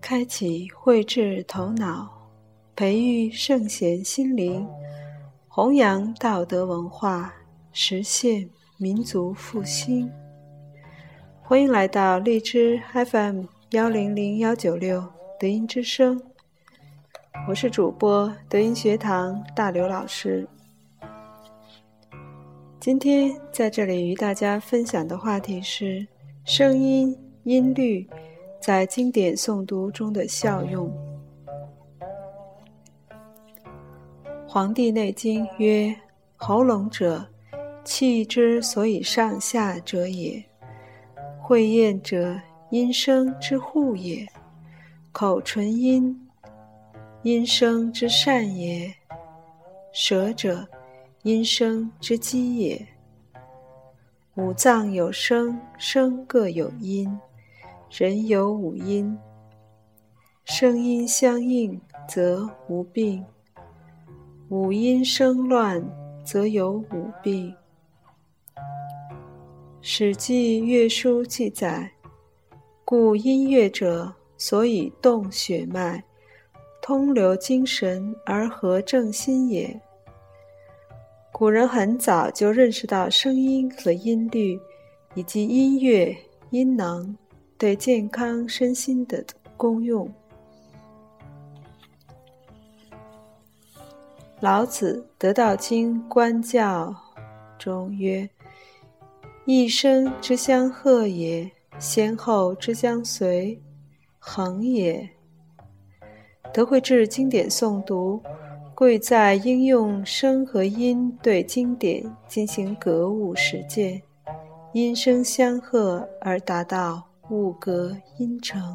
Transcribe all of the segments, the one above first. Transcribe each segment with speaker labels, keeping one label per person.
Speaker 1: 开启慧智头脑，培育圣贤心灵，弘扬道德文化，实现民族复兴。欢迎来到荔枝 FM100196 德音之声，我是主播德音学堂大刘老师。今天在这里与大家分享的话题是声音音律在经典诵读中的效用。黄帝内经曰：喉咙者，气之所以上下者也；会咽者，音声之户也；口唇音，音声之善也；舌者，音声之基也。五脏有声，声各有音，人有五音，声音相应，则无病；五音声乱，则有五病。史记乐书记载：故音乐者，所以动血脉，通流精神而和正心也。古人很早就认识到声音和音律以及音乐、音能对健康身心的功用。老子《得道经·观教》中曰：一声之相和也，先后之相随，恒也。德慧智经典诵读贵在应用声和音对经典进行格物实践，音声相和而达到物格音成。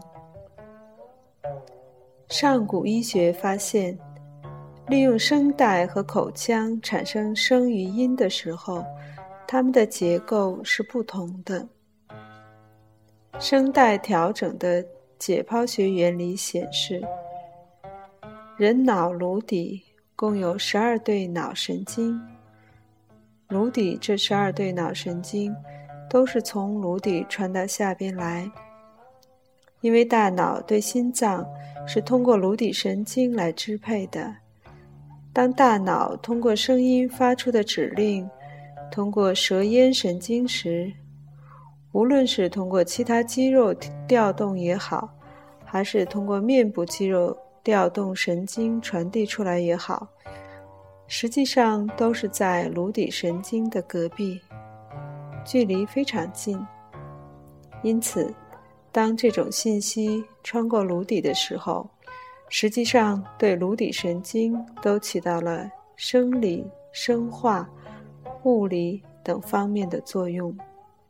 Speaker 1: 上古医学发现，利用声带和口腔产生声与音的时候，它们的结构是不同的。声带调整的解剖学原理显示，人脑颅底共有12对脑神经，颅底这12对脑神经都是从颅底传到下边来。因为大脑对心脏是通过颅底神经来支配的，当大脑通过声音发出的指令通过舌咽神经时，无论是通过其他肌肉调动也好，还是通过面部肌肉调动神经传递出来也好，实际上都是在颅底神经的隔壁，距离非常近。因此，当这种信息穿过颅底的时候，实际上对颅底神经都起到了生理、生化、物理等方面的作用。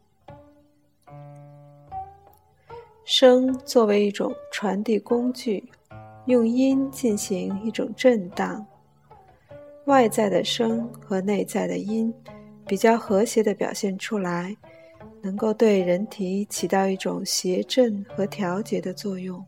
Speaker 1: 声作为一种传递工具，用音进行一种震荡，外在的声和内在的音比较和谐地表现出来，能够对人体起到一种谐振和调节的作用。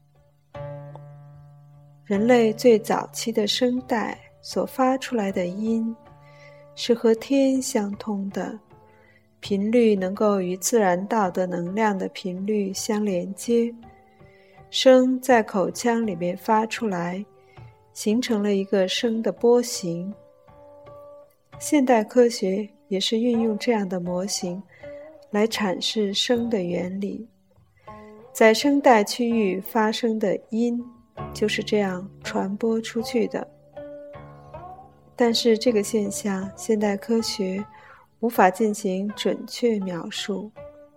Speaker 1: 人类最早期的声带所发出来的音是和天相通的，频率能够与自然道德能量的频率相连接，声在口腔里面发出来，形成了一个声的波形。现代科学也是运用这样的模型来阐释声的原理，在声带区域发生的音就是这样传播出去的。但是这个现象，现代科学无法进行准确描述。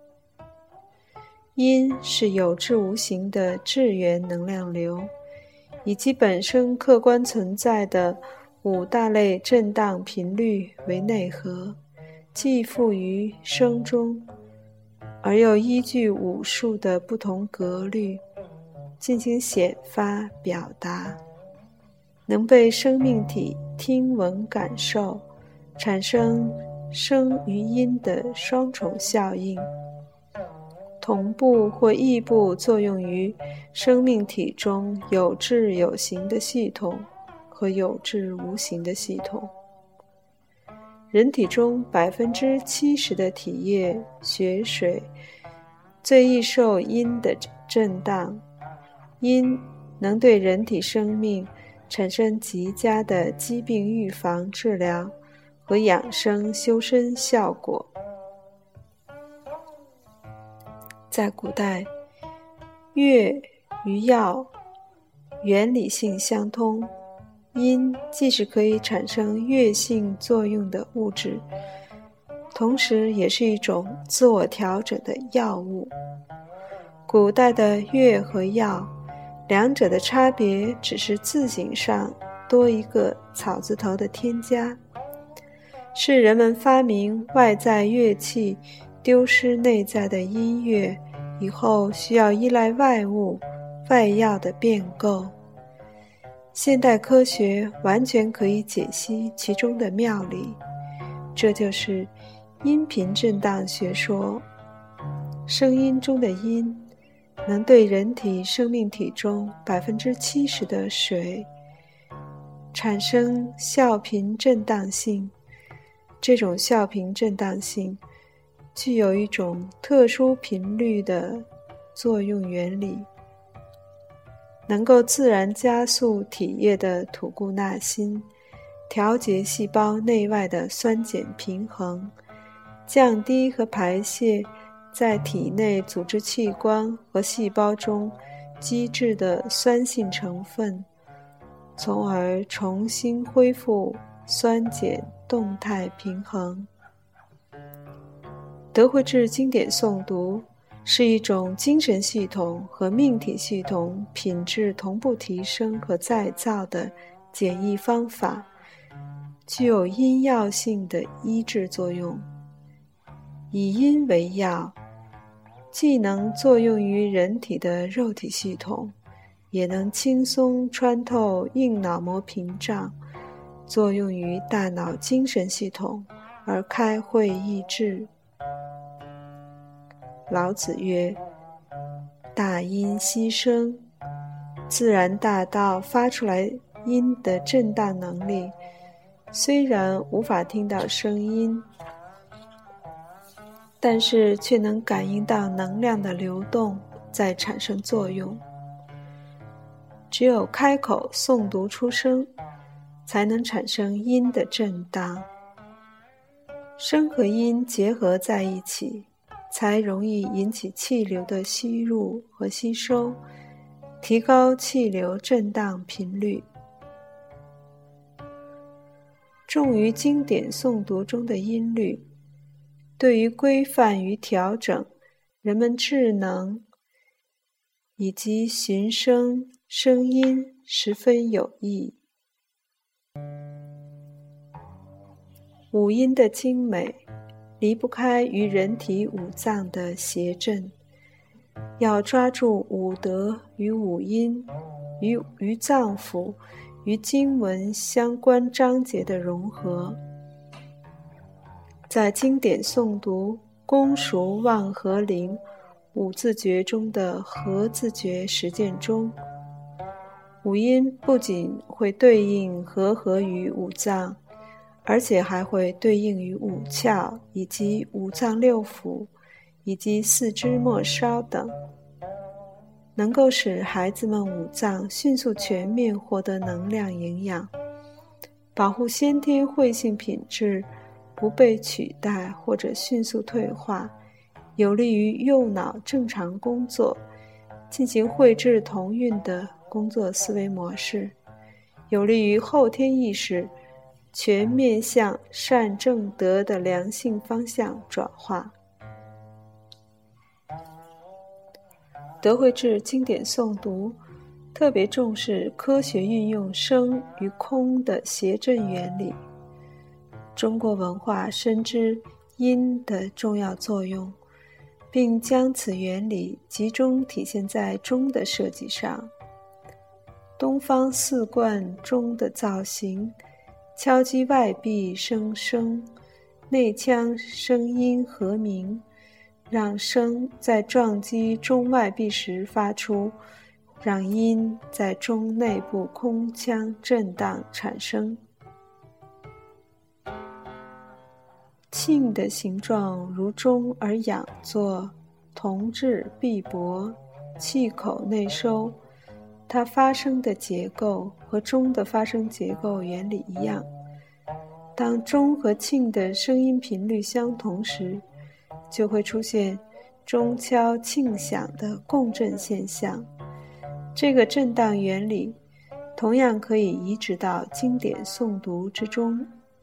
Speaker 1: 音是有质无形的质源能量流，以其本身客观存在的5大类振荡频率为内核，寄附于声中，而又依据5数的不同格律进行显发表达，能被生命体听闻感受，产生声与音的双重效应，同步或异步作用于生命体中有质有形的系统和有质无形的系统。人体中70%的体液、血水最易受音的震荡， 阴能对人体生命产生极佳的疾病预防、治疗和养生修身效果。在古代，乐与药原理性相通，阴既是可以产生乐性作用的物质，同时也是一种自我调整的药物。古代的乐和药，两者的差别只是字形上多一个草字头的添加，是人们发明外在乐器丢失内在的音乐以后需要依赖外物外药的变构。现代科学完全可以解析其中的妙理，这就是音频振荡学说。声音中的音能对人体生命体中 70% 的水产生效频振荡性，这种效频振荡性具有一种特殊频率的作用原理，能够自然加速体液的吐故纳新，调节细胞内外的酸碱平衡，降低和排泄在体内组织器官和细胞中积滞的酸性成分，从而重新恢复酸碱动态平衡。德慧智经典诵读是一种精神系统和命体系统品质同步提升和再造的简易方法，具有阴药性的医治作用。以阴为药，既能作用于人体的肉体系统，也能轻松穿透硬脑膜屏障，作用于大脑精神系统而开会益智。老子曰：大音希声，自然大道发出来音的震荡能力，虽然无法听到声音，但是却能感应到能量的流动在产生作用。只有开口诵读出声，才能产生音的震荡。声和音结合在一起，才容易引起气流的吸入和吸收，提高气流震荡频率。重于经典诵读中的音律，对于规范与调整人们智能以及寻声声音十分有益。五音的精美离不开与人体五脏的协振，要抓住五德与五音与脏腑与经文相关章节的融合。在经典诵读公熟望和灵五字诀中的和字诀实践中，五音不仅会对应合于五脏，而且还会对应于五窍以及五脏六腑以及四肢末梢等，能够使孩子们五脏迅速全面获得能量营养，保护先天慧性品质不被取代或者迅速退化，有利于右脑正常工作，进行慧智同运的工作思维模式，有利于后天意识全面向善正德的良性方向转化。德慧智经典诵读特别重视科学运用声与空的谐振原理。中国文化深知音的重要作用，并将此原理集中体现在钟的设计上。东方四冠钟的造型，敲击外壁生声，内腔声音和鸣，让声在撞击钟外壁时发出，让音在钟内部空腔震荡产生。磬的形状如钟而仰坐，铜质壁薄，气口内收， 它发声的结构和钟的发声结构原理一样。当钟和磬的声音频率相同时，就会出现钟敲磬响的共振现象。这个震荡原理同样可以移植到经典诵读之中。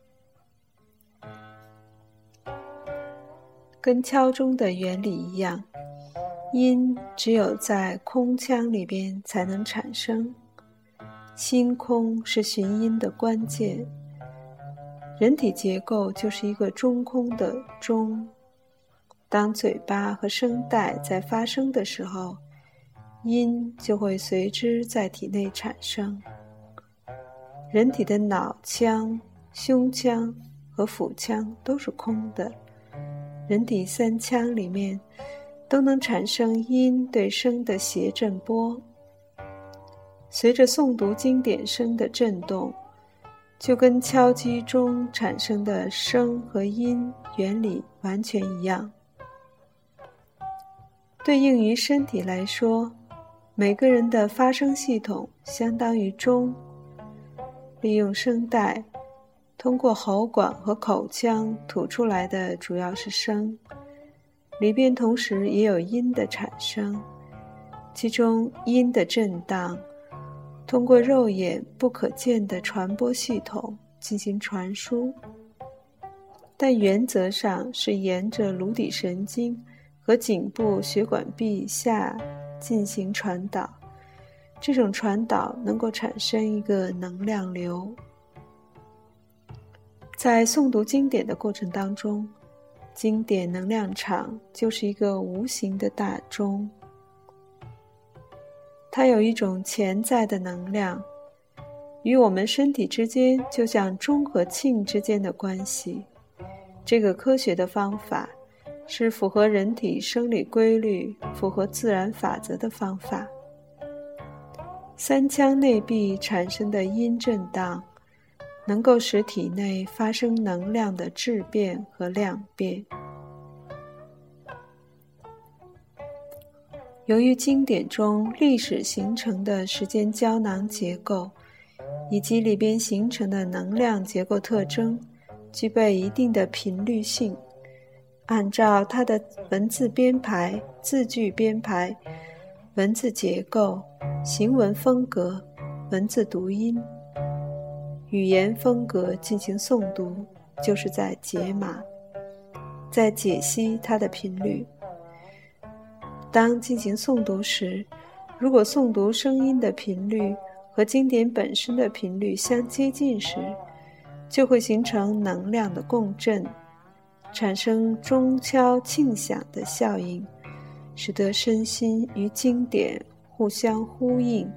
Speaker 1: 跟敲钟的原理一样，音只有在空腔里边才能产生，心空是寻音的关键。人体结构就是一个中空的钟，当嘴巴和声带在发声的时候，音就会随之在体内产生。人体的脑腔、胸腔和腹腔都是空的，人体三腔里面都能产生音对声的谐振波。随着诵读经典声的振动，就跟敲击钟产生的声和音原理完全一样。对应于身体来说，每个人的发声系统相当于钟，利用声带，通过喉管和口腔吐出来的主要是声，里边同时也有音的产生，其中音的震荡通过肉眼不可见的传播系统进行传输，但原则上是沿着颅底神经和颈部血管壁下进行传导。这种传导能够产生一个能量流。在诵读经典的过程当中，经典能量场就是一个无形的大钟，它有一种潜在的能量，与我们身体之间就像钟和磬之间的关系。这个科学的方法是符合人体生理规律、符合自然法则的方法。三腔内壁产生的音震荡，能够使体内发生能量的质变和量变。由于经典中历史形成的时间胶囊结构，以及里边形成的能量结构特征，具备一定的频率性，按照它的文字编排、字句编排、文字结构、行文风格、文字读音、语言风格进行诵读，就是在解码，在解析它的频率。当进行诵读时，如果诵读声音的频率和经典本身的频率相接近时，就会形成能量的共振，产生钟敲磬响的效应，使得身心与经典互相呼应。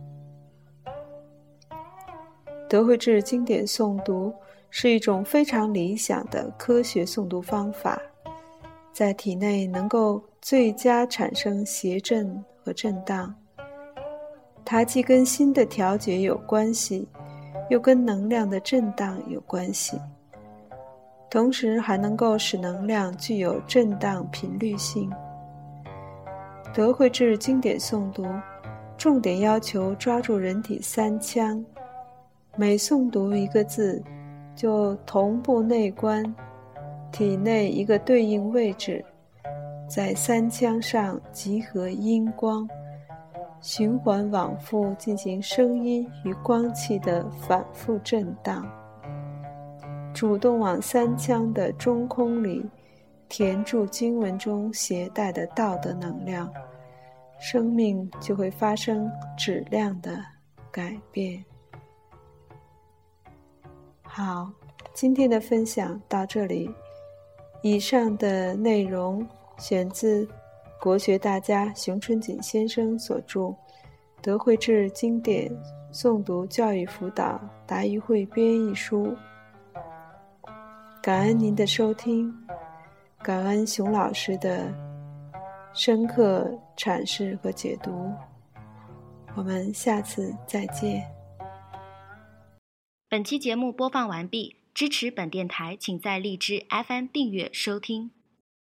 Speaker 1: 德慧智经典诵读是一种非常理想的科学诵读方法，在体内能够最佳产生谐振和震荡。它既跟心的调节有关系，又跟能量的震荡有关系，同时还能够使能量具有震荡频率性。德慧智经典诵读重点要求抓住人体三腔，每诵读一个字就同步内观体内一个对应位置，在三腔上集合音光，循环往复进行声音与光气的反复震荡，主动往三腔的中空里填注经文中携带的道德能量，生命就会发生质量的改变。好，今天的分享到这里。以上的内容选自国学大家熊春锦先生所著《德慧智经典诵读教育辅导答疑汇编》一书。感恩您的收听，感恩熊老师的深刻阐释和解读。我们下次再见。
Speaker 2: 本期节目播放完毕，支持本电台请在荔枝 FM 订阅收听。